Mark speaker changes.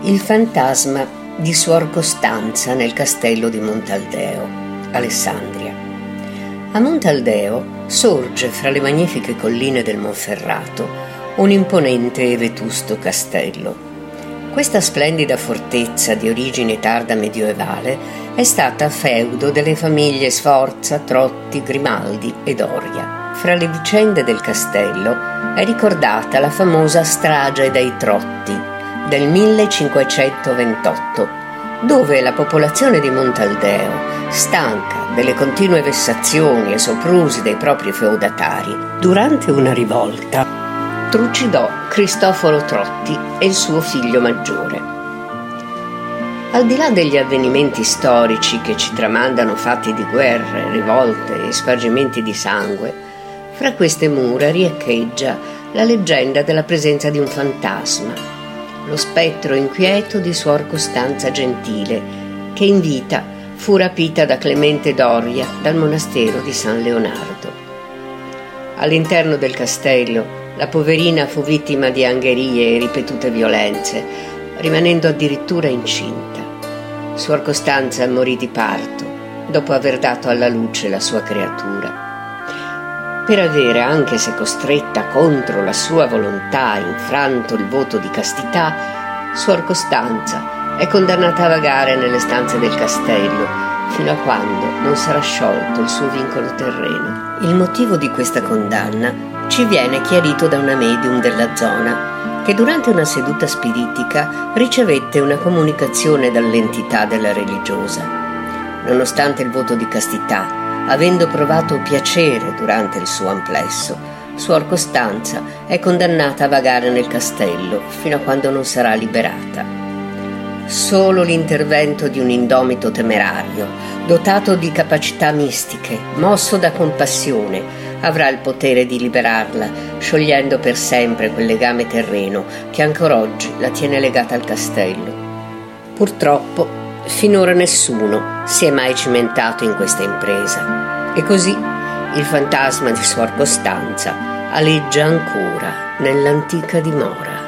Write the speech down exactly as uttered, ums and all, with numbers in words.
Speaker 1: Il fantasma di Suor Costanza nel castello di Montaldeo, Alessandria. A Montaldeo sorge fra le magnifiche colline del Monferrato un imponente e vetusto castello. Questa splendida fortezza di origine tarda medioevale è stata feudo delle famiglie Sforza, Trotti, Grimaldi e Doria. Fra le vicende del castello è ricordata la famosa strage dei Trotti del millecinquecentoventotto, dove la popolazione di Montaldeo, stanca delle continue vessazioni e soprusi dei propri feudatari, durante una rivolta trucidò Cristoforo Trotti e il suo figlio maggiore. Al di là degli avvenimenti storici che ci tramandano fatti di guerre, rivolte e spargimenti di sangue, fra queste mura riecheggia la leggenda della presenza di un fantasma, lo spettro inquieto di Suor Costanza Gentile, che in vita fu rapita da Clemente Doria dal monastero di San Leonardo. All'interno del castello la poverina fu vittima di angherie e ripetute violenze, rimanendo addirittura incinta. Suor Costanza morì di parto dopo aver dato alla luce la sua creatura. Per avere, anche se costretta contro la sua volontà, infranto il voto di castità, Suor Costanza è condannata a vagare nelle stanze del castello fino a quando non sarà sciolto il suo vincolo terreno. Il motivo di questa condanna ci viene chiarito da una medium della zona che durante una seduta spiritica ricevette una comunicazione dall'entità della religiosa. Nonostante il voto di castità, avendo provato piacere durante il suo amplesso, Suor Costanza è condannata a vagare nel castello fino a quando non sarà liberata. Solo l'intervento di un indomito temerario, dotato di capacità mistiche, mosso da compassione, avrà il potere di liberarla, sciogliendo per sempre quel legame terreno che ancora oggi la tiene legata al castello. Purtroppo, finora nessuno si è mai cimentato in questa impresa e così il fantasma di Suor Costanza aleggia ancora nell'antica dimora.